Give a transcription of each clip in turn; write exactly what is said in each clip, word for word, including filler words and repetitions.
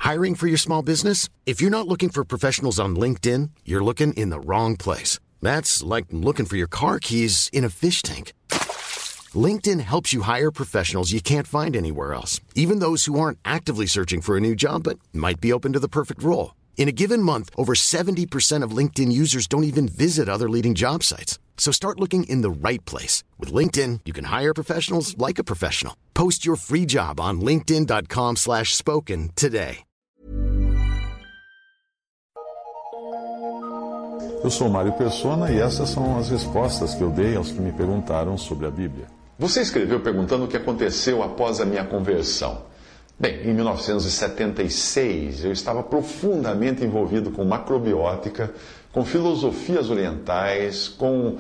Hiring for your small business? If you're not looking for professionals on LinkedIn, you're looking in the wrong place. That's like looking for your car keys in a fish tank. LinkedIn helps you hire professionals you can't find anywhere else, even those who aren't actively searching for a new job but might be open to the perfect role. In a given month, over seventy percent of LinkedIn users don't even visit other leading job sites. So start looking in the right place. With LinkedIn, you can hire professionals like a professional. Post your free job on linkedin dot com slash spoken today. Eu sou Mário Persona e essas são as respostas que eu dei aos que me perguntaram sobre a Bíblia. Você escreveu perguntando o que aconteceu após a minha conversão. Bem, em mil novecentos e setenta e seis, eu estava profundamente envolvido com macrobiótica, com filosofias orientais, com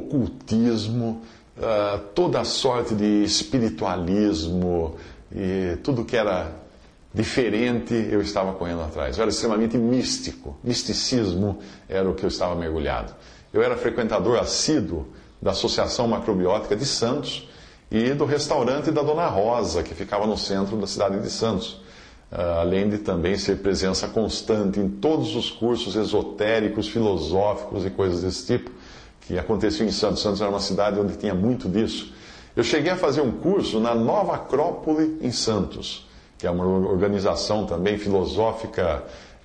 ocultismo, uh, toda sorte de espiritualismo e tudo que era diferente eu estava correndo atrás. Eu era extremamente místico. Misticismo era o que eu estava mergulhado. Eu era frequentador assíduo da Associação Macrobiótica de Santos e do restaurante da Dona Rosa, que ficava no centro da cidade de Santos. Uh, além de também ser presença constante em todos os cursos esotéricos, filosóficos e coisas desse tipo, que aconteciam em Santos. Santos era uma cidade onde tinha muito disso. Eu cheguei a fazer um curso na Nova Acrópole, em Santos, que é uma organização também filosófica,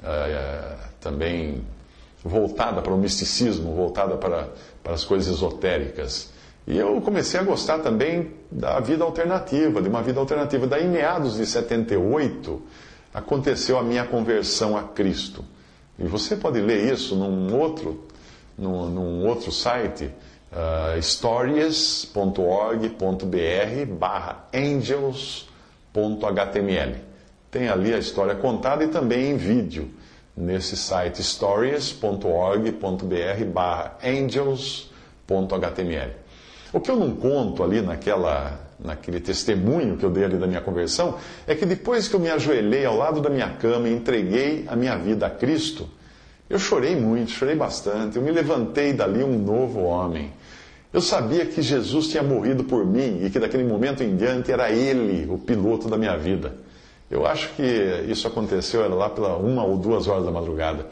uh, também voltada para o misticismo, voltada para, para as coisas esotéricas. E eu comecei a gostar também da vida alternativa, de uma vida alternativa. Daí, em meados de setenta e oito, aconteceu a minha conversão a Cristo. E você pode ler isso num outro, num, num outro site, uh, stories ponto org ponto br barra angels ponto h t m l. Tem ali a história contada e também em vídeo, nesse site stories ponto org ponto br barra angels ponto h t m l. O que eu não conto ali naquela, naquele testemunho que eu dei ali da minha conversão, é que depois que eu me ajoelhei ao lado da minha cama e entreguei a minha vida a Cristo, eu chorei muito, chorei bastante, eu me levantei dali um novo homem. Eu sabia que Jesus tinha morrido por mim e que daquele momento em diante era Ele o piloto da minha vida. Eu acho que isso aconteceu, era lá pela uma ou duas horas da madrugada.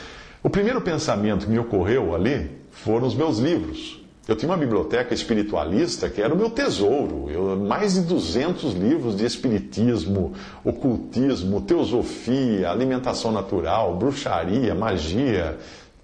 O primeiro pensamento que me ocorreu ali foram os meus livros. Eu tinha uma biblioteca espiritualista que era o meu tesouro. Eu, mais de duzentos livros de espiritismo, ocultismo, teosofia, alimentação natural, bruxaria, magia.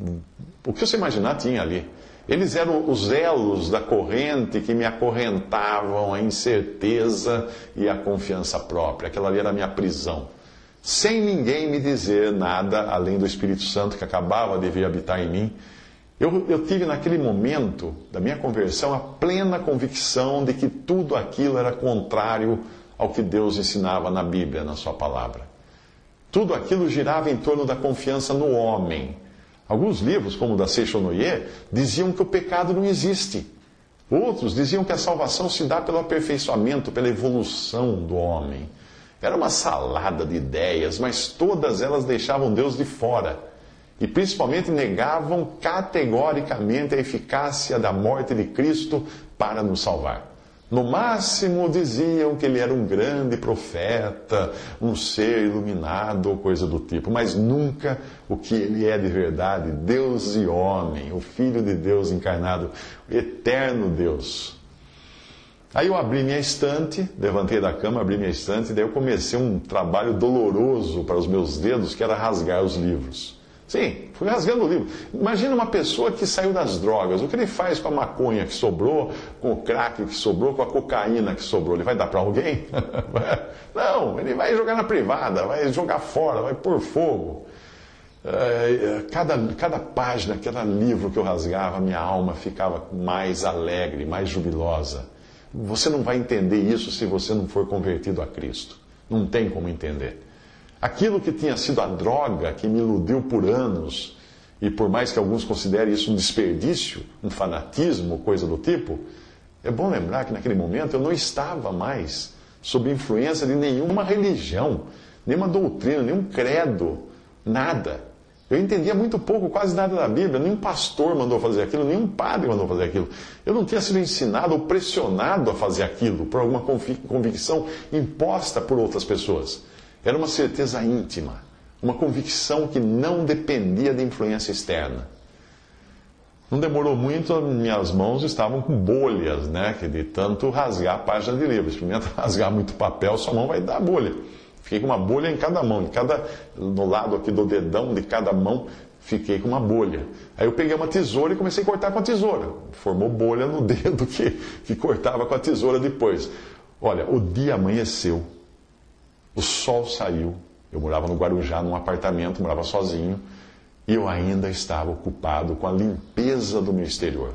O que você imaginar tinha ali. Eles eram os elos da corrente que me acorrentavam a incerteza e a confiança própria. Aquela ali era a minha prisão. Sem ninguém me dizer nada, além do Espírito Santo que acabava de vir habitar em mim, eu, eu tive naquele momento da minha conversão a plena convicção de que tudo aquilo era contrário ao que Deus ensinava na Bíblia, na sua palavra. Tudo aquilo girava em torno da confiança no homem. Alguns livros, como o da Seichonoye, diziam que o pecado não existe. Outros diziam que a salvação se dá pelo aperfeiçoamento, pela evolução do homem. Era uma salada de ideias, mas todas elas deixavam Deus de fora. E principalmente negavam categoricamente a eficácia da morte de Cristo para nos salvar. No máximo diziam que ele era um grande profeta, um ser iluminado ou coisa do tipo, mas nunca o que ele é de verdade, Deus e homem, o Filho de Deus encarnado, o eterno Deus. Aí eu abri minha estante, levantei da cama, abri minha estante, e daí eu comecei um trabalho doloroso para os meus dedos, que era rasgar os livros. Sim, fui rasgando o livro. Imagina uma pessoa que saiu das drogas. O que ele faz com a maconha que sobrou, com o crack que sobrou, com a cocaína que sobrou? Ele vai dar para alguém? Não, ele vai jogar na privada, vai jogar fora, vai pôr fogo. Cada, cada página, cada livro que eu rasgava, minha alma ficava mais alegre, mais jubilosa. Você não vai entender isso se você não for convertido a Cristo. Não tem como entender. Aquilo que tinha sido a droga que me iludiu por anos, e por mais que alguns considerem isso um desperdício, um fanatismo, coisa do tipo, é bom lembrar que naquele momento eu não estava mais sob influência de nenhuma religião, nenhuma doutrina, nenhum credo, nada. Eu entendia muito pouco, quase nada da Bíblia, nenhum pastor mandou fazer aquilo, nenhum padre mandou fazer aquilo. Eu não tinha sido ensinado ou pressionado a fazer aquilo por alguma convicção imposta por outras pessoas. Era uma certeza íntima, uma convicção que não dependia de influência externa. Não demorou muito, minhas mãos estavam com bolhas, né? Que de tanto rasgar a página de livro. Experimenta rasgar muito papel, sua mão vai dar bolha. Fiquei com uma bolha em cada mão, em cada, no lado aqui do dedão de cada mão, fiquei com uma bolha. Aí eu peguei uma tesoura e comecei a cortar com a tesoura. Formou bolha no dedo que, que cortava com a tesoura depois. Olha, o dia amanheceu, o sol saiu. Eu morava no Guarujá, num apartamento, morava sozinho. E eu ainda estava ocupado com a limpeza do meu exterior.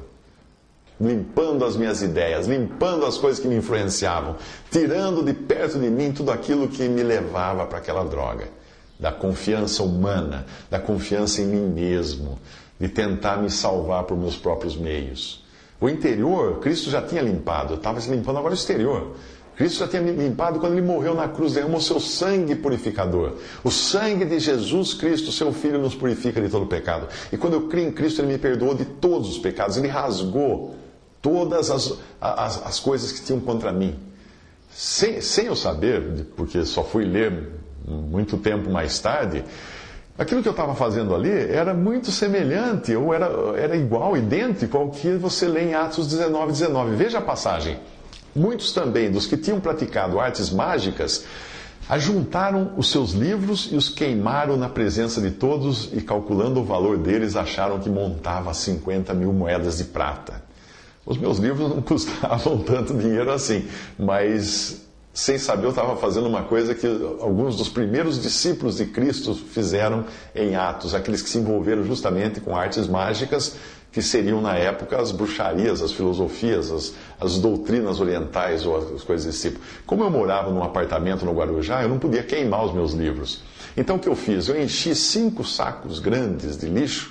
Limpando as minhas ideias, limpando as coisas que me influenciavam, tirando de perto de mim tudo aquilo que me levava para aquela droga. Da confiança humana, da confiança em mim mesmo, de tentar me salvar por meus próprios meios. O interior, Cristo já tinha limpado, eu estava se limpando agora o exterior. Cristo já tinha me limpado quando ele morreu na cruz, derramou seu sangue purificador. O sangue de Jesus Cristo, seu Filho, nos purifica de todo pecado. E quando eu creio em Cristo, ele me perdoou de todos os pecados. Ele rasgou todas as, as, as coisas que tinham contra mim. Sem, sem eu saber, porque só fui ler muito tempo mais tarde, aquilo que eu estava fazendo ali era muito semelhante, ou era, era igual, idêntico ao que você lê em Atos dezenove, dezenove. Veja a passagem. Muitos também dos que tinham praticado artes mágicas ajuntaram os seus livros e os queimaram na presença de todos e, calculando o valor deles, acharam que montava cinquenta mil moedas de prata. Os meus livros não custavam tanto dinheiro assim, mas sem saber eu estava fazendo uma coisa que alguns dos primeiros discípulos de Cristo fizeram em Atos, aqueles que se envolveram justamente com artes mágicas, que seriam na época as bruxarias, as filosofias, as, as doutrinas orientais ou as, as coisas desse tipo. Como eu morava num apartamento no Guarujá, eu não podia queimar os meus livros. Então o que eu fiz? Eu enchi cinco sacos grandes de lixo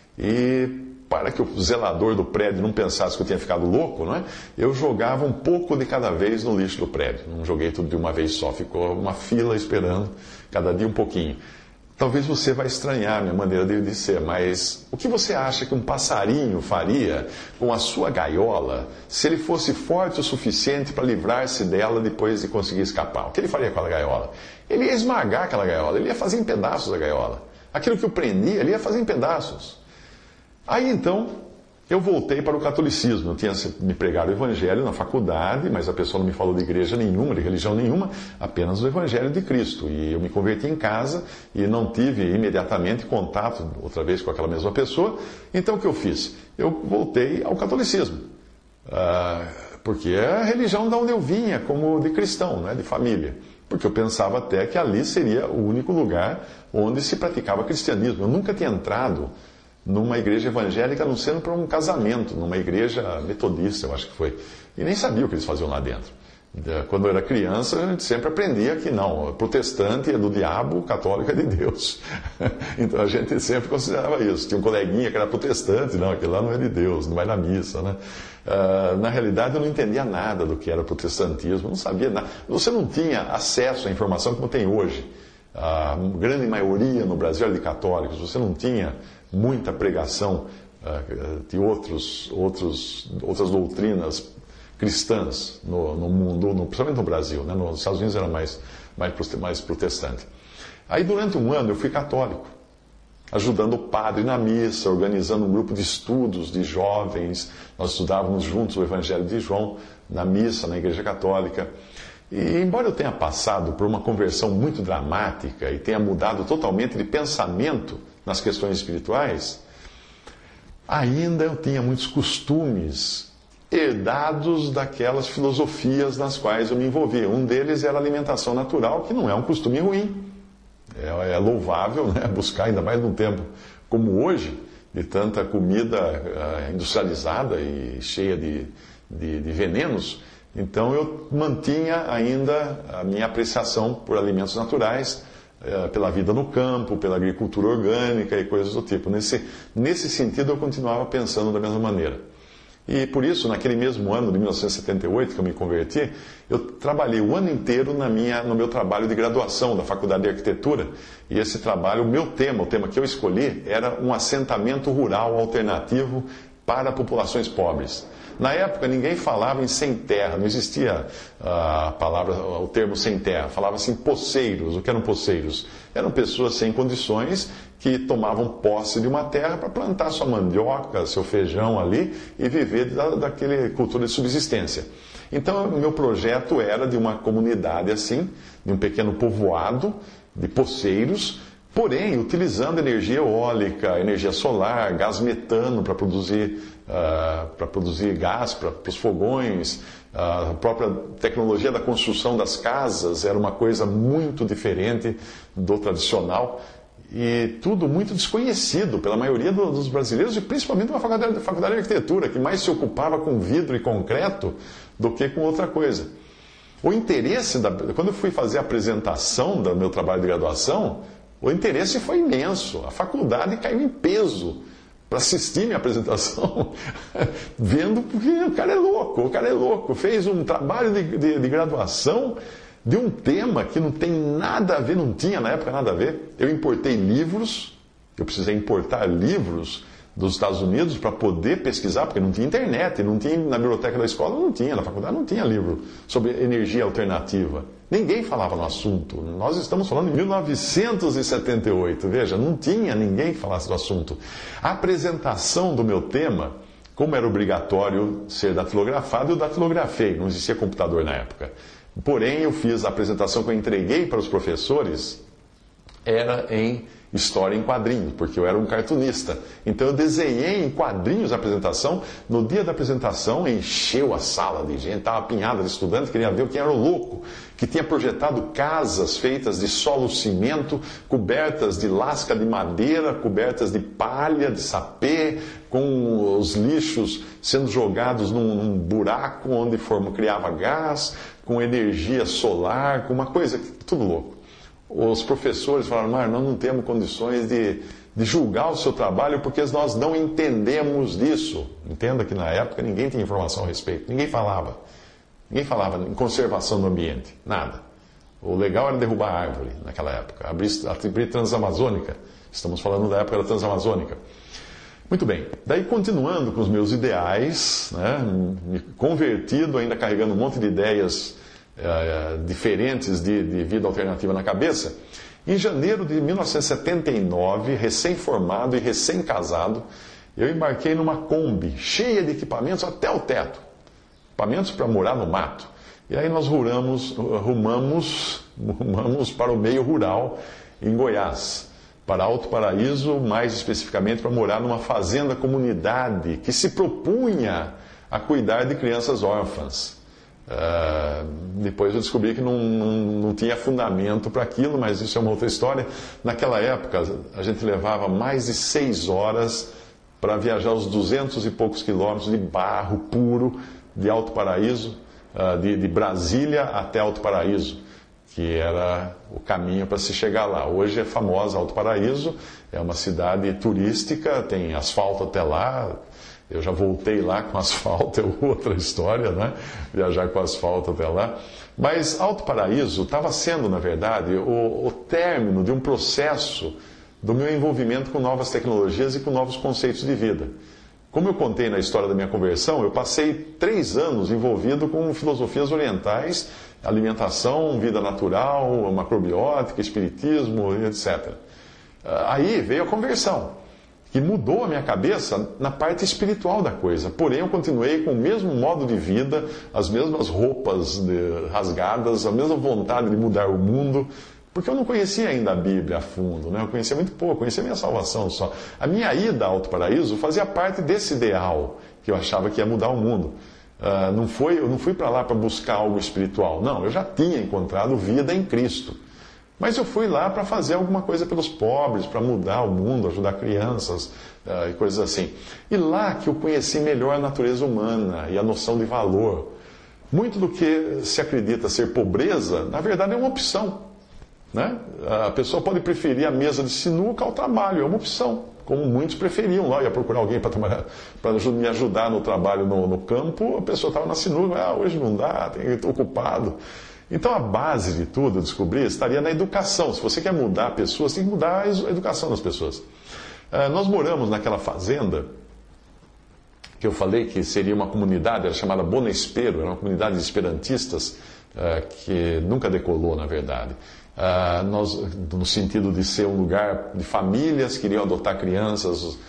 e, para que o zelador do prédio não pensasse que eu tinha ficado louco, não é? Eu jogava um pouco de cada vez no lixo do prédio. Não joguei tudo de uma vez só, ficou uma fila esperando, cada dia um pouquinho. Talvez você vai estranhar a minha maneira de, de ser, mas o que você acha que um passarinho faria com a sua gaiola se ele fosse forte o suficiente para livrar-se dela depois de conseguir escapar? O que ele faria com aquela gaiola? Ele ia esmagar aquela gaiola, ele ia fazer em pedaços a gaiola. Aquilo que o prendia, ele ia fazer em pedaços. Aí então, eu voltei para o catolicismo. Eu tinha me pregado o evangelho na faculdade, mas a pessoa não me falou de igreja nenhuma, de religião nenhuma, apenas o evangelho de Cristo. E eu me converti em casa e não tive imediatamente contato outra vez com aquela mesma pessoa. Então o que eu fiz? Eu voltei ao catolicismo. Ah, porque é a religião de onde eu vinha, como de cristão, né, de família. Porque eu pensava até que ali seria o único lugar onde se praticava cristianismo. Eu nunca tinha entrado numa igreja evangélica, a não sendo para um casamento, numa igreja metodista, eu acho que foi. E nem sabia o que eles faziam lá dentro. Quando eu era criança, a gente sempre aprendia que não, protestante é do diabo, católico é de Deus. Então a gente sempre considerava isso. Tinha um coleguinha que era protestante, não, aquele lá não é de Deus, não vai na missa, né? Uh, na realidade eu não entendia nada do que era protestantismo, não sabia nada. Você não tinha acesso à informação como tem hoje. A grande maioria no Brasil era de católicos, você não tinha muita pregação uh, de outros, outros, outras doutrinas cristãs no, no mundo, no, principalmente no Brasil, né? Nos Estados Unidos era mais, mais, mais protestante. Aí durante um ano eu fui católico, ajudando o padre na missa, organizando um grupo de estudos de jovens, nós estudávamos juntos o Evangelho de João na missa, na Igreja Católica. E embora eu tenha passado por uma conversão muito dramática e tenha mudado totalmente de pensamento nas questões espirituais, ainda eu tinha muitos costumes herdados daquelas filosofias nas quais eu me envolvia. Um deles era a alimentação natural, que não é um costume ruim. É, é louvável, né, buscar, ainda mais num tempo como hoje, de tanta comida uh, industrializada e cheia de, de, de venenos. Então eu mantinha ainda a minha apreciação por alimentos naturais, uh, pela vida no campo, pela agricultura orgânica e coisas do tipo. Nesse, nesse sentido eu continuava pensando da mesma maneira. E por isso, naquele mesmo ano de mil novecentos e setenta e oito que eu me converti, eu trabalhei o ano inteiro na minha, no meu trabalho de graduação da Faculdade de Arquitetura. E esse trabalho, o meu tema, o tema que eu escolhi, era um assentamento rural alternativo para populações pobres. Na época, ninguém falava em sem terra, não existia a palavra, o termo sem terra. Falava-se em poceiros. O que eram poceiros? Eram pessoas sem condições que tomavam posse de uma terra para plantar sua mandioca, seu feijão ali e viver da, daquele cultura de subsistência. Então, o meu projeto era de uma comunidade assim, de um pequeno povoado de poceiros, porém utilizando energia eólica, energia solar, gás metano para produzir, uh, para produzir gás para os fogões. A própria tecnologia da construção das casas era uma coisa muito diferente do tradicional e tudo muito desconhecido pela maioria dos brasileiros e principalmente na faculdade, faculdade de arquitetura, que mais se ocupava com vidro e concreto do que com outra coisa. O interesse, da, quando eu fui fazer a apresentação do meu trabalho de graduação, o interesse foi imenso. A faculdade caiu em peso para assistir minha apresentação, vendo porque o cara é louco, o cara é louco. Fez um trabalho de, de, de graduação de um tema que não tem nada a ver, não tinha na época nada a ver. Eu importei livros, eu precisei importar livros dos Estados Unidos para poder pesquisar, porque não tinha internet, não tinha na biblioteca da escola, não tinha, na faculdade não tinha livro sobre energia alternativa. Ninguém falava no assunto. Nós estamos falando em mil novecentos e setenta e oito, veja, não tinha ninguém que falasse do assunto. A apresentação do meu tema, como era obrigatório ser datilografado, eu datilografei, não existia computador na época. Porém, eu fiz a apresentação que eu entreguei para os professores, era em história em quadrinhos, porque eu era um cartunista. Então eu desenhei em quadrinhos a apresentação. No dia da apresentação encheu a sala de gente, estava apinhada de estudantes, queria ver quem era o louco, que tinha projetado casas feitas de solo cimento, cobertas de lasca de madeira, cobertas de palha, de sapê, com os lixos sendo jogados num, num buraco onde forma, criava gás, com energia solar, com uma coisa, tudo louco. Os professores falaram, mas nós não temos condições de, de julgar o seu trabalho porque nós não entendemos disso. Entenda que na época ninguém tinha informação a respeito, ninguém falava. Ninguém falava em conservação do ambiente, nada. O legal era derrubar a árvore naquela época, abrir a abrir Transamazônica. Estamos falando da época da Transamazônica. Muito bem, daí continuando com os meus ideais, né, me convertido, ainda carregando um monte de ideias Uh, diferentes de, de vida alternativa na cabeça. Em janeiro de mil novecentos e setenta e nove, recém-formado e recém-casado, eu embarquei numa Kombi cheia de equipamentos até o teto. Equipamentos para morar no mato. E aí nós rumamos, rumamos, rumamos para o meio rural em Goiás, para Alto Paraíso, mais especificamente para morar numa fazenda comunidade que se propunha a cuidar de crianças órfãs. Uh, depois eu descobri que não, não, não tinha fundamento para aquilo, mas isso é uma outra história. Naquela época, a gente levava mais de seis horas para viajar os duzentos e poucos quilômetros de barro puro de Alto Paraíso, uh, de, de Brasília até Alto Paraíso, que era o caminho para se chegar lá. Hoje é famosa Alto Paraíso, é uma cidade turística, tem asfalto até lá. Eu já voltei lá com asfalto, é outra história, né? Viajar com asfalto até lá. Mas Alto Paraíso estava sendo, na verdade, o, o término de um processo do meu envolvimento com novas tecnologias e com novos conceitos de vida. Como eu contei na história da minha conversão, eu passei três anos envolvido com filosofias orientais, alimentação, vida natural, macrobiótica, espiritismo, etcétera. Aí veio a conversão, que mudou a minha cabeça na parte espiritual da coisa. Porém, eu continuei com o mesmo modo de vida, as mesmas roupas de, rasgadas, a mesma vontade de mudar o mundo, porque eu não conhecia ainda a Bíblia a fundo, né? Eu conhecia muito pouco, conhecia a minha salvação só. A minha ida a Alto Paraíso fazia parte desse ideal, que eu achava que ia mudar o mundo. Uh, não foi, eu não fui para lá para buscar algo espiritual, não, eu já tinha encontrado vida em Cristo. Mas eu fui lá para fazer alguma coisa pelos pobres, para mudar o mundo, ajudar crianças uh, e coisas assim. E lá que eu conheci melhor a natureza humana e a noção de valor. Muito do que se acredita ser pobreza, na verdade é uma opção. Né? A pessoa pode preferir a mesa de sinuca ao trabalho, é uma opção. Como muitos preferiam lá, ia procurar alguém para me ajudar no trabalho no, no campo, a pessoa estava na sinuca, ah, hoje não dá, estou ocupado. Então a base de tudo, eu descobri, estaria na educação. Se você quer mudar pessoas, tem que mudar a educação das pessoas. Uh, nós moramos naquela fazenda que eu falei que seria uma comunidade, era chamada Bonespero, era uma comunidade de esperantistas uh, que nunca decolou, na verdade. Uh, nós, no sentido de ser um lugar de famílias que iriam adotar crianças uh,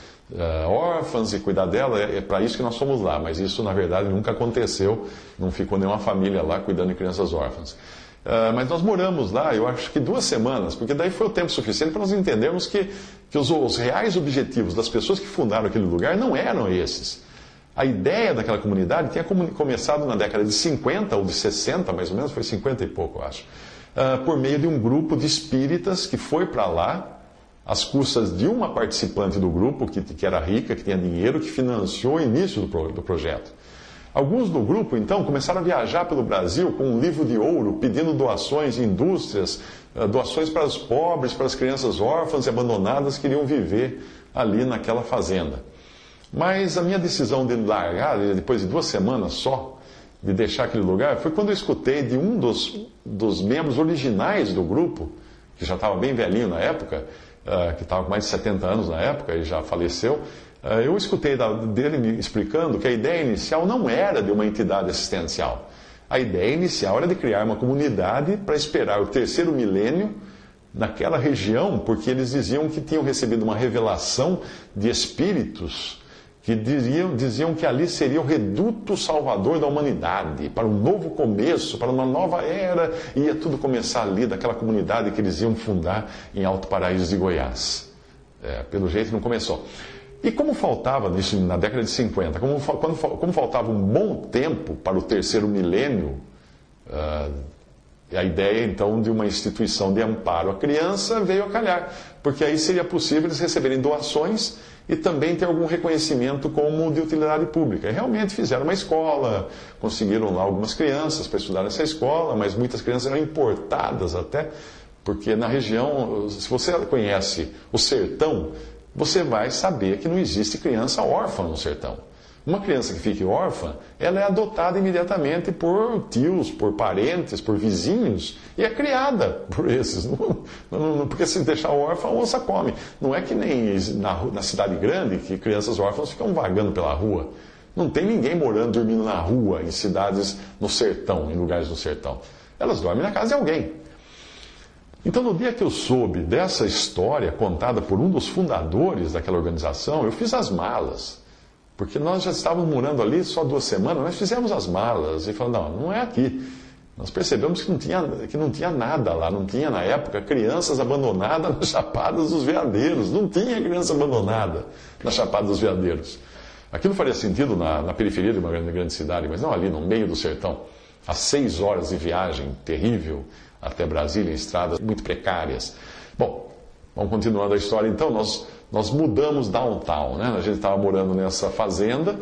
órfãs e cuidar dela, é, é para isso que nós fomos lá, mas isso, na verdade, nunca aconteceu, não ficou nenhuma família lá cuidando de crianças órfãs. Uh, mas nós moramos lá, eu acho que duas semanas, porque daí foi o tempo suficiente para nós entendermos que, que os, os reais objetivos das pessoas que fundaram aquele lugar não eram esses. A ideia daquela comunidade tinha começado na década de cinquenta ou de sessenta, mais ou menos, foi cinquenta e pouco, eu acho, uh, por meio de um grupo de espíritas que foi para lá, às custas de uma participante do grupo, que, que era rica, que tinha dinheiro, que financiou o início do, pro, do projeto. Alguns do grupo, então, começaram a viajar pelo Brasil com um livro de ouro, pedindo doações em indústrias, doações para os pobres, para as crianças órfãs e abandonadas que iriam viver ali naquela fazenda. Mas a minha decisão de largar, depois de duas semanas só, de deixar aquele lugar, foi quando eu escutei de um dos, dos membros originais do grupo, que já estava bem velhinho na época, que estava com mais de setenta anos na época e já faleceu. Eu escutei dele me explicando que a ideia inicial não era de uma entidade assistencial. A ideia inicial era de criar uma comunidade para esperar o terceiro milênio naquela região, porque eles diziam que tinham recebido uma revelação de espíritos que diziam, diziam que ali seria o reduto salvador da humanidade, para um novo começo, para uma nova era, e ia tudo começar ali, daquela comunidade que eles iam fundar em Alto Paraíso de Goiás. É, pelo jeito não começou. E como faltava, isso na década de cinquenta, como, quando, como faltava um bom tempo para o terceiro milênio, uh, a ideia então de uma instituição de amparo à criança veio a calhar, porque aí seria possível eles receberem doações e também ter algum reconhecimento como de utilidade pública. E realmente fizeram uma escola, conseguiram lá algumas crianças para estudar nessa escola, mas muitas crianças eram importadas até, porque na região, se você conhece o sertão, você vai saber que não existe criança órfã no sertão. Uma criança que fique órfã, ela é adotada imediatamente por tios, por parentes, por vizinhos, e é criada por esses. Não, não, porque se deixar órfã, a onça come. Não é que nem na, na cidade grande, que crianças órfãs ficam vagando pela rua. Não tem ninguém morando, dormindo na rua, em cidades no sertão, em lugares no sertão. Elas dormem na casa de alguém. Então, no dia que eu soube dessa história contada por um dos fundadores daquela organização, eu fiz as malas. Porque nós já estávamos morando ali só duas semanas, nós fizemos as malas e falamos, não, não é aqui. Nós percebemos que não tinha, que não tinha nada lá, não tinha na época crianças abandonadas nas Chapadas dos Veadeiros. Não tinha criança abandonada nas Chapadas dos Veadeiros. Aquilo faria sentido na, na periferia de uma grande, grande cidade, mas não ali no meio do sertão. Às seis horas de viagem terrível até Brasília, em estradas muito precárias. Bom, vamos continuando a história então. Nós, nós mudamos downtown, né? A gente estava morando nessa fazenda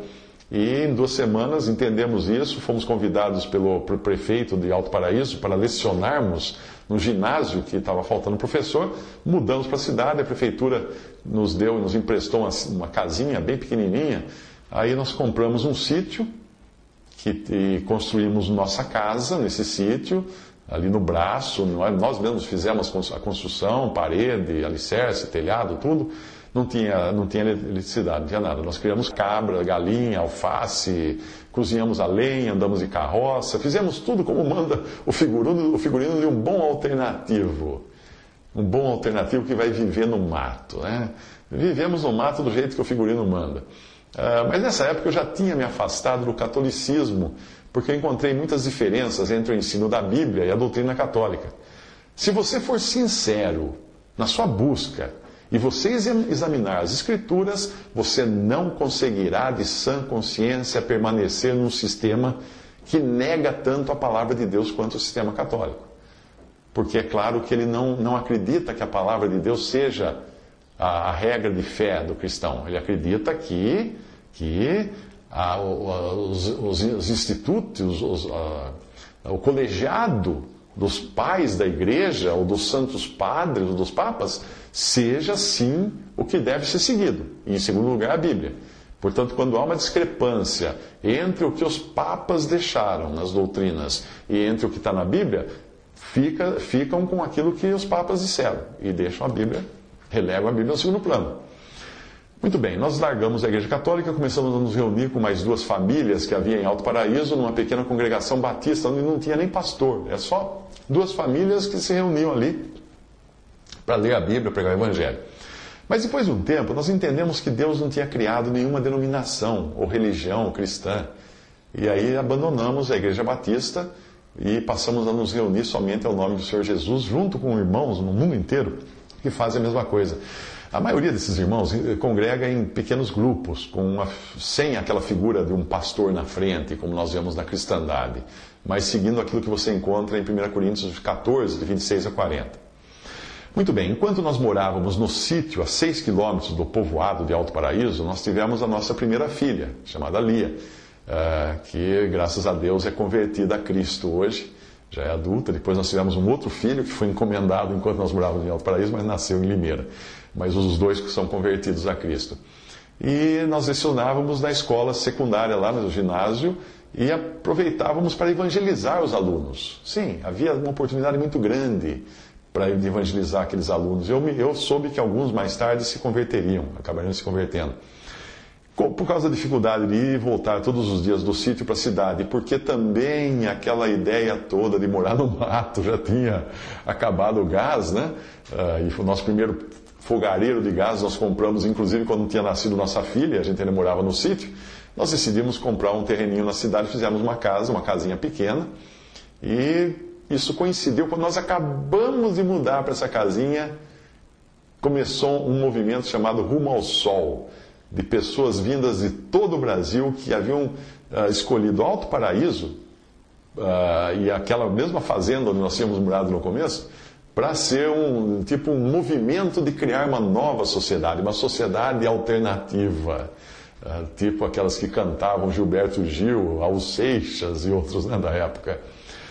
e em duas semanas entendemos isso. Fomos convidados pelo, pelo prefeito de Alto Paraíso para lecionarmos no ginásio que estava faltando professor. Mudamos para a cidade, a prefeitura nos deu, nos emprestou uma, uma casinha bem pequenininha. Aí nós compramos um sítio que, e construímos nossa casa nesse sítio, ali no braço. Nós mesmos fizemos a construção, parede, alicerce, telhado, tudo. Não tinha, não tinha eletricidade, não tinha nada. Nós criamos cabra, galinha, alface, cozinhamos a lenha, andamos de carroça, fizemos tudo como manda o figurino, o figurino de um bom alternativo. Um bom alternativo que vai viver no mato, né? Vivemos no mato do jeito que o figurino manda. Uh, mas nessa época eu já tinha me afastado do catolicismo, porque eu encontrei muitas diferenças entre o ensino da Bíblia e a doutrina católica. Se você for sincero na sua busca e você examinar as Escrituras, você não conseguirá de sã consciência permanecer num sistema que nega tanto a palavra de Deus quanto o sistema católico. Porque é claro que ele não, não acredita que a palavra de Deus seja a, a regra de fé do cristão. Ele acredita que, que a, os, os, os institutos, os, a, o colegiado dos pais da igreja, ou dos santos padres, ou dos papas, seja sim o que deve ser seguido. E, em segundo lugar, a Bíblia. Portanto, quando há uma discrepância entre o que os papas deixaram nas doutrinas e entre o que está na Bíblia, fica, ficam com aquilo que os papas disseram e deixam a Bíblia, relegam a Bíblia ao segundo plano. Muito bem, nós largamos a Igreja Católica, começamos a nos reunir com mais duas famílias que havia em Alto Paraíso, numa pequena congregação batista, onde não tinha nem pastor. É só duas famílias que se reuniam ali para ler a Bíblia, pregar o Evangelho. Mas depois de um tempo, nós entendemos que Deus não tinha criado nenhuma denominação ou religião cristã. E aí abandonamos a Igreja Batista e passamos a nos reunir somente ao nome do Senhor Jesus, junto com irmãos no mundo inteiro que fazem a mesma coisa. A maioria desses irmãos congrega em pequenos grupos, com uma, sem aquela figura de um pastor na frente, como nós vemos na cristandade, mas seguindo aquilo que você encontra em primeira Coríntios catorze, de vinte e seis a quarenta. Muito bem, enquanto nós morávamos no sítio, a seis quilômetros do povoado de Alto Paraíso, nós tivemos a nossa primeira filha, chamada Lia, que, graças a Deus, é convertida a Cristo hoje, já é adulta. Depois nós tivemos um outro filho que foi encomendado enquanto nós morávamos em Alto Paraíso, mas nasceu em Limeira. Mas os dois que são convertidos a Cristo. E nós lecionávamos na escola secundária, lá no ginásio, e aproveitávamos para evangelizar os alunos. Sim, havia uma oportunidade muito grande para evangelizar aqueles alunos. Eu, eu soube que alguns mais tarde se converteriam, acabariam se convertendo. Por causa da dificuldade de ir e voltar todos os dias do sítio para a cidade, porque também aquela ideia toda de morar no mato já tinha acabado o gás, né? Uh, e foi o nosso primeiro fogareiro de gás nós compramos, inclusive, quando tinha nascido nossa filha, a gente ainda morava no sítio. Nós decidimos comprar um terreninho na cidade, fizemos uma casa, uma casinha pequena, e isso coincidiu quando nós acabamos de mudar para essa casinha, começou um movimento chamado Rumo ao Sol, de pessoas vindas de todo o Brasil que haviam uh, escolhido Alto Paraíso uh, e aquela mesma fazenda onde nós tínhamos morado no começo, para ser um tipo um movimento de criar uma nova sociedade, uma sociedade alternativa, uh, tipo aquelas que cantavam Gilberto Gil, Raul Seixas e outros, né, da época.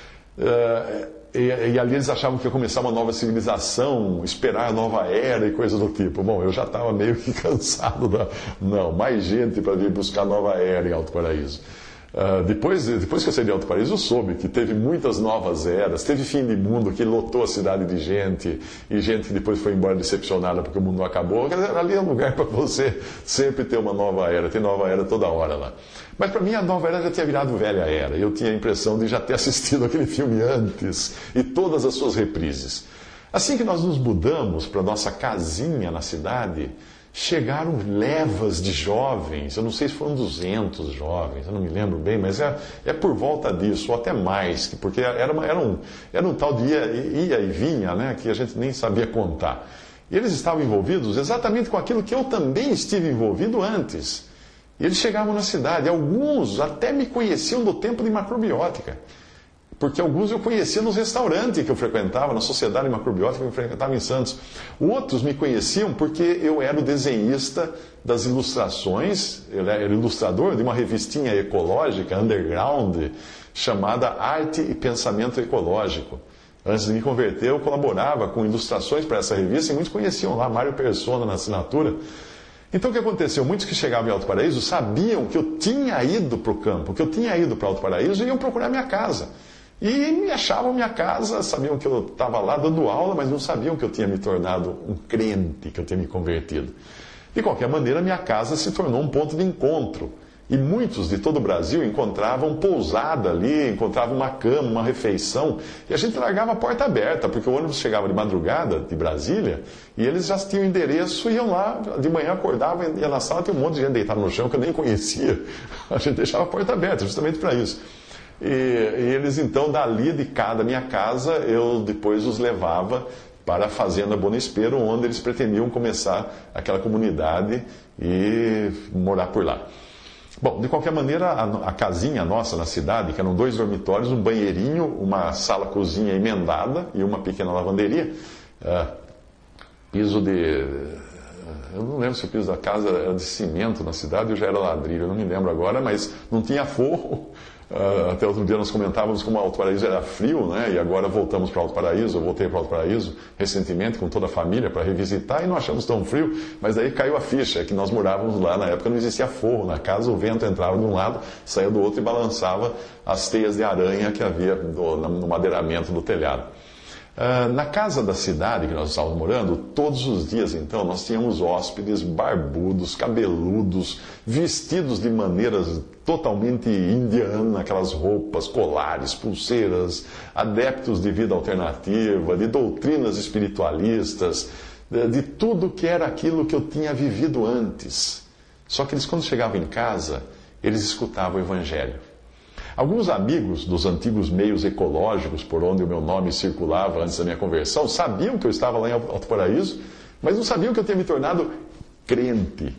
Uh, e, e ali eles achavam que ia começar uma nova civilização, esperar a nova era e coisa do tipo. Bom, eu já estava meio que cansado da... Não, mais gente para vir buscar nova era em Alto Paraíso. Uh, depois, depois que eu saí de Alto Paraíso, eu soube que teve muitas novas eras, teve fim de mundo que lotou a cidade de gente, e gente que depois foi embora decepcionada porque o mundo não acabou. Quer dizer, ali é um lugar para você sempre ter uma nova era, tem nova era toda hora lá. Mas para mim a nova era já tinha virado velha era, eu tinha a impressão de já ter assistido aquele filme antes, e todas as suas reprises. Assim que nós nos mudamos para nossa casinha na cidade, chegaram levas de jovens, eu não sei se foram duzentos jovens, eu não me lembro bem, mas é, é por volta disso, ou até mais, porque era, uma, era, um, era um tal de ia, ia e vinha, né, que a gente nem sabia contar. E eles estavam envolvidos exatamente com aquilo que eu também estive envolvido antes. E eles chegavam na cidade, alguns até me conheciam do tempo de macrobiótica. Porque alguns eu conhecia nos restaurantes que eu frequentava, na sociedade macrobiótica que eu frequentava em Santos. Outros me conheciam porque eu era o desenhista das ilustrações, eu era ilustrador de uma revistinha ecológica, underground, chamada Arte e Pensamento Ecológico. Antes de me converter, eu colaborava com ilustrações para essa revista e muitos conheciam lá, Mário Persona na assinatura. Então o que aconteceu? Muitos que chegavam em Alto Paraíso sabiam que eu tinha ido para o campo, que eu tinha ido para Alto Paraíso e iam procurar minha casa. E me achavam minha casa, sabiam que eu estava lá dando aula, mas não sabiam que eu tinha me tornado um crente, que eu tinha me convertido. De qualquer maneira, minha casa se tornou um ponto de encontro. E muitos de todo o Brasil encontravam pousada ali, encontravam uma cama, uma refeição. E a gente largava a porta aberta, porque o ônibus chegava de madrugada de Brasília, e eles já tinham endereço, iam lá, de manhã acordavam, ia na sala, tem um monte de gente deitada no chão que eu nem conhecia. A gente deixava a porta aberta, justamente para isso. E, e eles então, dali de cada minha casa, eu depois os levava para a Fazenda Bonespero, onde eles pretendiam começar aquela comunidade e morar por lá. Bom, de qualquer maneira, a, a casinha nossa na cidade, que eram dois dormitórios, um banheirinho, uma sala-cozinha emendada e uma pequena lavanderia, uh, piso de... Eu não lembro se o piso da casa era de cimento na cidade ou já era ladrilho, eu não me lembro agora, mas não tinha forro. Uh, até outro dia nós comentávamos como Alto Paraíso era frio, né? E agora voltamos para Alto Paraíso, eu voltei para Alto Paraíso recentemente com toda a família para revisitar e não achamos tão frio, mas daí caiu a ficha, que nós morávamos lá, na época não existia forro na casa, o vento entrava de um lado, saía do outro e balançava as teias de aranha que havia no, no madeiramento do telhado. Uh, na casa da cidade que nós estávamos morando, todos os dias, então, nós tínhamos hóspedes barbudos, cabeludos, vestidos de maneiras totalmente indianas, aquelas roupas, colares, pulseiras, adeptos de vida alternativa, de doutrinas espiritualistas, de, de tudo que era aquilo que eu tinha vivido antes. Só que eles, quando chegavam em casa, eles escutavam o Evangelho. Alguns amigos dos antigos meios ecológicos por onde o meu nome circulava antes da minha conversão sabiam que eu estava lá em Alto Paraíso, mas não sabiam que eu tinha me tornado crente.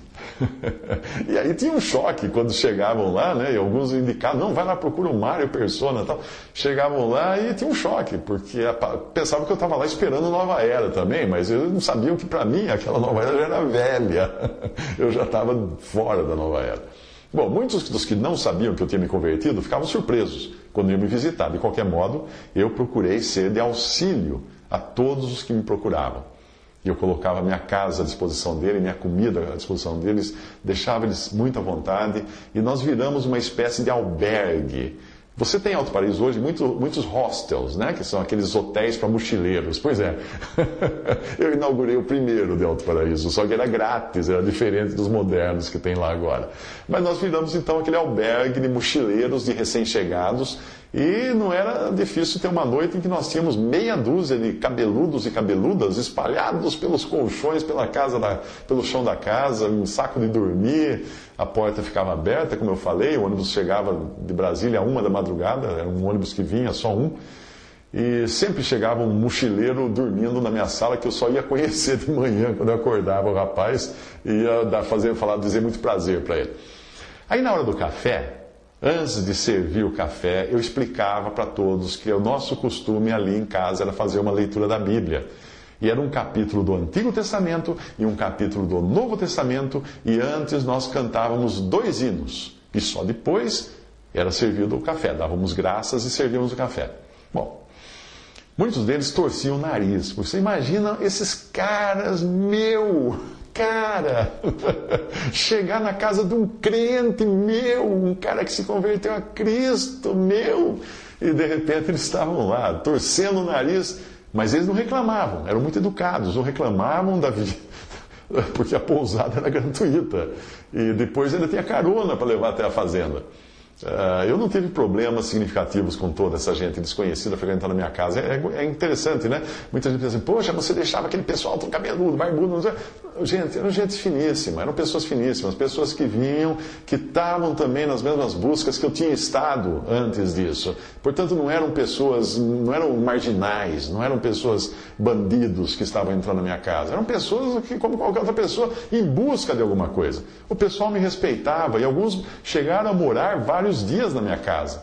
E aí tinha um choque quando chegavam lá, né? E alguns indicavam, não, vai lá, procura o Mário Persona e tal. Chegavam lá e tinha um choque, porque pensavam que eu estava lá esperando Nova Era também, mas eles não sabiam que para mim aquela Nova Era já era velha. Eu já estava fora da Nova Era. Bom, muitos dos que não sabiam que eu tinha me convertido ficavam surpresos quando iam me visitar. De qualquer modo, eu procurei ser de auxílio a todos os que me procuravam. Eu colocava minha casa à disposição dele, minha comida à disposição deles, deixava eles muito à vontade e nós viramos uma espécie de albergue. Você tem em Alto Paraíso hoje muito, muitos hostels, né? Que são aqueles hotéis para mochileiros. Pois é, eu inaugurei o primeiro de Alto Paraíso, só que era grátis, era diferente dos modernos que tem lá agora. Mas nós viramos então aquele albergue de mochileiros, de recém-chegados, e não era difícil ter uma noite em que nós tínhamos meia dúzia de cabeludos e cabeludas espalhados pelos colchões, pela casa da, pelo chão da casa, um saco de dormir, a porta ficava aberta, como eu falei, o ônibus chegava de Brasília a uma da madrugada, era um ônibus que vinha, só um, e sempre chegava um mochileiro dormindo na minha sala, que eu só ia conhecer de manhã, quando eu acordava o rapaz, e ia dar, fazer, falar, dizer muito prazer para ele. Aí na hora do café, antes de servir o café, eu explicava para todos que o nosso costume ali em casa era fazer uma leitura da Bíblia. E era um capítulo do Antigo Testamento e um capítulo do Novo Testamento, e antes nós cantávamos dois hinos. E só depois era servido o café, dávamos graças e servíamos o café. Bom, muitos deles torciam o nariz. Você imagina esses caras, meu... Cara, chegar na casa de um crente, meu, um cara que se converteu a Cristo, meu, e de repente eles estavam lá, torcendo o nariz, mas eles não reclamavam, eram muito educados, não reclamavam da vida, porque a pousada era gratuita, e depois ainda tinha carona para levar até a fazenda. Uh, eu não tive problemas significativos com toda essa gente desconhecida frequentando a minha casa. É, é interessante, né? Muita gente pensa assim, poxa, você deixava aquele pessoal tão cabeludo, barbudo, não sei. Gente, eram gente finíssima, eram pessoas finíssimas, pessoas que vinham, que estavam também nas mesmas buscas que eu tinha estado antes disso. Portanto, não eram pessoas, não eram marginais, não eram pessoas bandidos que estavam entrando na minha casa. Eram pessoas que, como qualquer outra pessoa, em busca de alguma coisa. O pessoal me respeitava e alguns chegaram a morar vários dias na minha casa.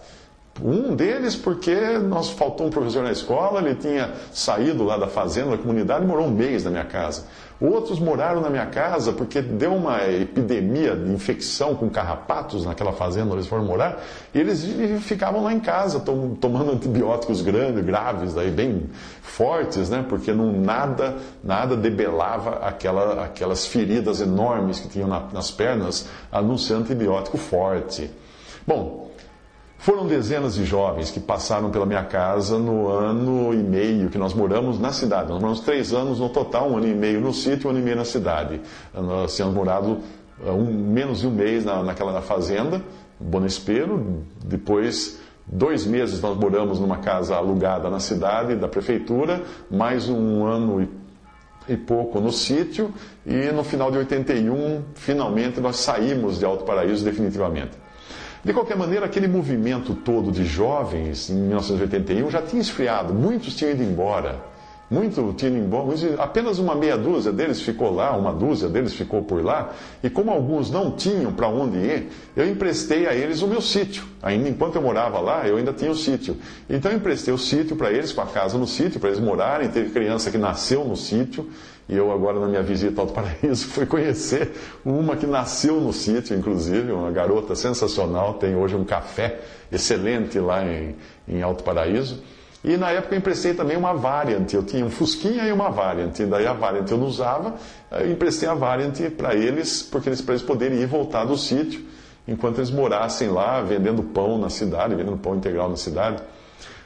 Um deles porque nós faltou um professor na escola, ele tinha saído lá da fazenda, da comunidade, e morou um mês na minha casa. Outros moraram na minha casa porque deu uma epidemia de infecção com carrapatos naquela fazenda onde eles foram morar, e eles ficavam lá em casa tom, tomando antibióticos grandes, graves, daí bem fortes, né? Porque não, nada, nada debelava aquela, aquelas feridas enormes que tinham na, nas pernas, a não ser antibiótico forte. Bom, foram dezenas de jovens que passaram pela minha casa no ano e meio que nós moramos na cidade. Nós moramos três anos no total, um ano e meio no sítio e um ano e meio na cidade. Nós tínhamos morado um, menos de um mês na, naquela na fazenda, Bonespero. Depois, dois meses nós moramos numa casa alugada na cidade, da prefeitura, mais um ano e e pouco no sítio, e no final de oitenta e um, finalmente, nós saímos de Alto Paraíso definitivamente. De qualquer maneira, aquele movimento todo de jovens, em mil novecentos e oitenta e um, já tinha esfriado. Muitos tinham ido embora. Muito tinham ido embora. Apenas uma meia dúzia deles ficou lá, uma dúzia deles ficou por lá. E como alguns não tinham para onde ir, eu emprestei a eles o meu sítio. Ainda enquanto eu morava lá, eu ainda tinha o sítio. Então eu emprestei o sítio para eles, com a casa no sítio, para eles morarem. Teve criança que nasceu no sítio. E eu agora, na minha visita ao Alto Paraíso, fui conhecer uma que nasceu no sítio, inclusive, uma garota sensacional, tem hoje um café excelente lá em, em Alto Paraíso. E na época eu emprestei também uma Variant, eu tinha um Fusquinha e uma Variant, e daí a Variant eu não usava, eu emprestei a Variant para eles, porque eles, para eles poderem ir e voltar do sítio, enquanto eles morassem lá, vendendo pão na cidade, vendendo pão integral na cidade.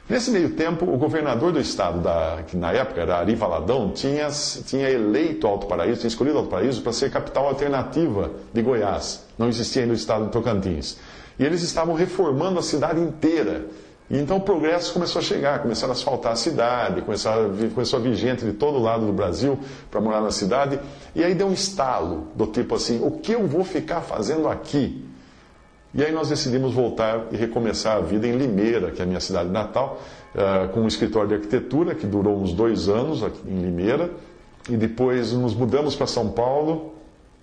Nesse meio tempo, o governador do estado, da, que na época era Ari Valadão, tinha, tinha eleito Alto Paraíso, tinha escolhido Alto Paraíso para ser capital alternativa de Goiás. Não existia ainda o estado de Tocantins. E eles estavam reformando a cidade inteira. E então o progresso começou a chegar, começaram a asfaltar a cidade, começaram a, começou a vir gente de todo lado do Brasil para morar na cidade. E aí deu um estalo, do tipo assim, o que eu vou ficar fazendo aqui? E aí nós decidimos voltar e recomeçar a vida em Limeira, que é a minha cidade natal, uh, com um escritório de arquitetura que durou uns dois anos aqui em Limeira. E depois nos mudamos para São Paulo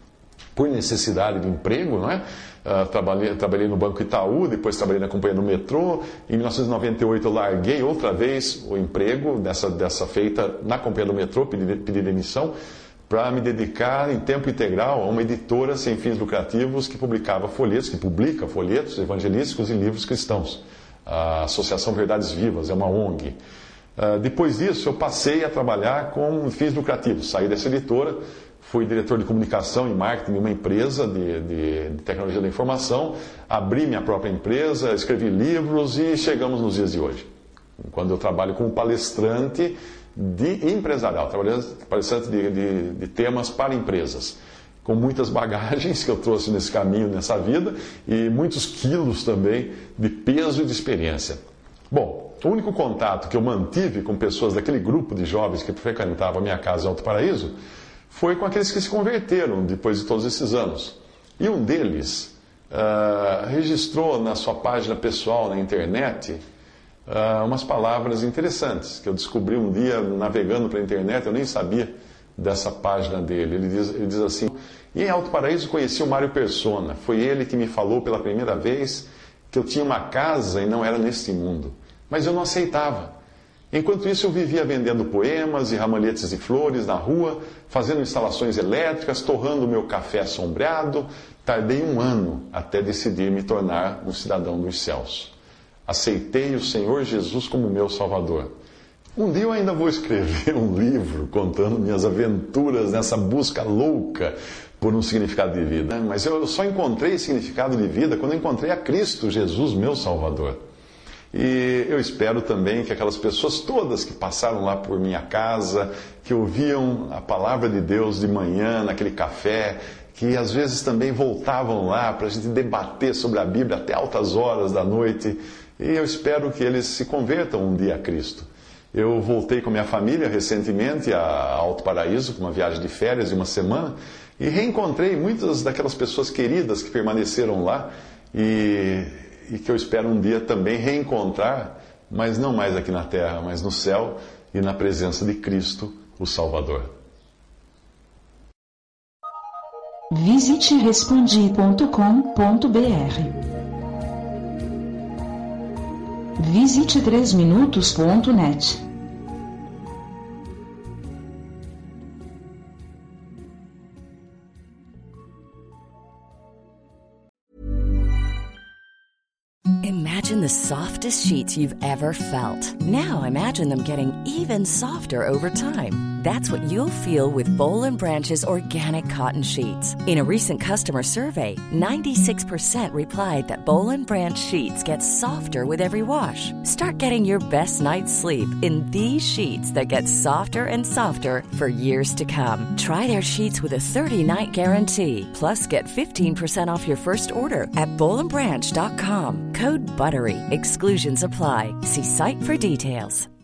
por necessidade de emprego, não é? Uh, trabalhei, trabalhei no Banco Itaú, depois trabalhei na companhia do metrô. Em mil novecentos e noventa e oito eu larguei outra vez o emprego dessa, dessa feita na companhia do metrô, pedi, pedi demissão, para me dedicar em tempo integral a uma editora sem fins lucrativos que publicava folhetos, que publica folhetos evangelísticos e livros cristãos. A Associação Verdades Vivas, é uma O N G. Uh, depois disso, eu passei a trabalhar com fins lucrativos. Saí dessa editora, fui diretor de comunicação e marketing de uma empresa de, de, de tecnologia da informação, abri minha própria empresa, escrevi livros e chegamos nos dias de hoje. Quando eu trabalho como palestrante de empresarial, palestrante de, de, de temas para empresas, com muitas bagagens que eu trouxe nesse caminho, nessa vida, e muitos quilos também de peso e de experiência. Bom, o único contato que eu mantive com pessoas daquele grupo de jovens que frequentavam a minha casa em Alto Paraíso foi com aqueles que se converteram depois de todos esses anos. E um deles uh, registrou na sua página pessoal na internet uh, umas palavras interessantes que eu descobri um dia navegando pela internet, eu nem sabia dessa página dele. Ele diz, ele diz assim: e em Alto Paraíso conheci o Mário Persona, foi ele que me falou pela primeira vez que eu tinha uma casa e não era neste mundo, mas eu não aceitava. Enquanto isso, eu vivia vendendo poemas e ramalhetes de flores na rua, fazendo instalações elétricas, torrando o meu café sombreado. Tardei um ano até decidir me tornar um cidadão dos céus. Aceitei o Senhor Jesus como meu Salvador. Um dia eu ainda vou escrever um livro contando minhas aventuras nessa busca louca por um significado de vida. Mas eu só encontrei significado de vida quando eu encontrei a Cristo Jesus, meu Salvador. E eu espero também que aquelas pessoas todas que passaram lá por minha casa, que ouviam a palavra de Deus de manhã, naquele café, que às vezes também voltavam lá para a gente debater sobre a Bíblia até altas horas da noite, e eu espero que eles se convertam um dia a Cristo. Eu voltei com minha família recentemente a Alto Paraíso, com uma viagem de férias de uma semana, e reencontrei muitas daquelas pessoas queridas que permaneceram lá, e... e que eu espero um dia também reencontrar, mas não mais aqui na terra, mas no céu e na presença de Cristo, o Salvador. Visite respondi ponto com ponto br. Visite três minutos ponto net. Imagine the softest sheets you've ever felt. Now imagine them getting even softer over time. That's what you'll feel with Boll and Branch's organic cotton sheets. In a recent customer survey, ninety-six percent replied that Boll and Branch sheets get softer with every wash. Start getting your best night's sleep in these sheets that get softer and softer for years to come. Try their sheets with a thirty-night guarantee. Plus, get fifteen percent off your first order at boll and branch dot com. Code BUTTERY. Exclusions apply. See site for details.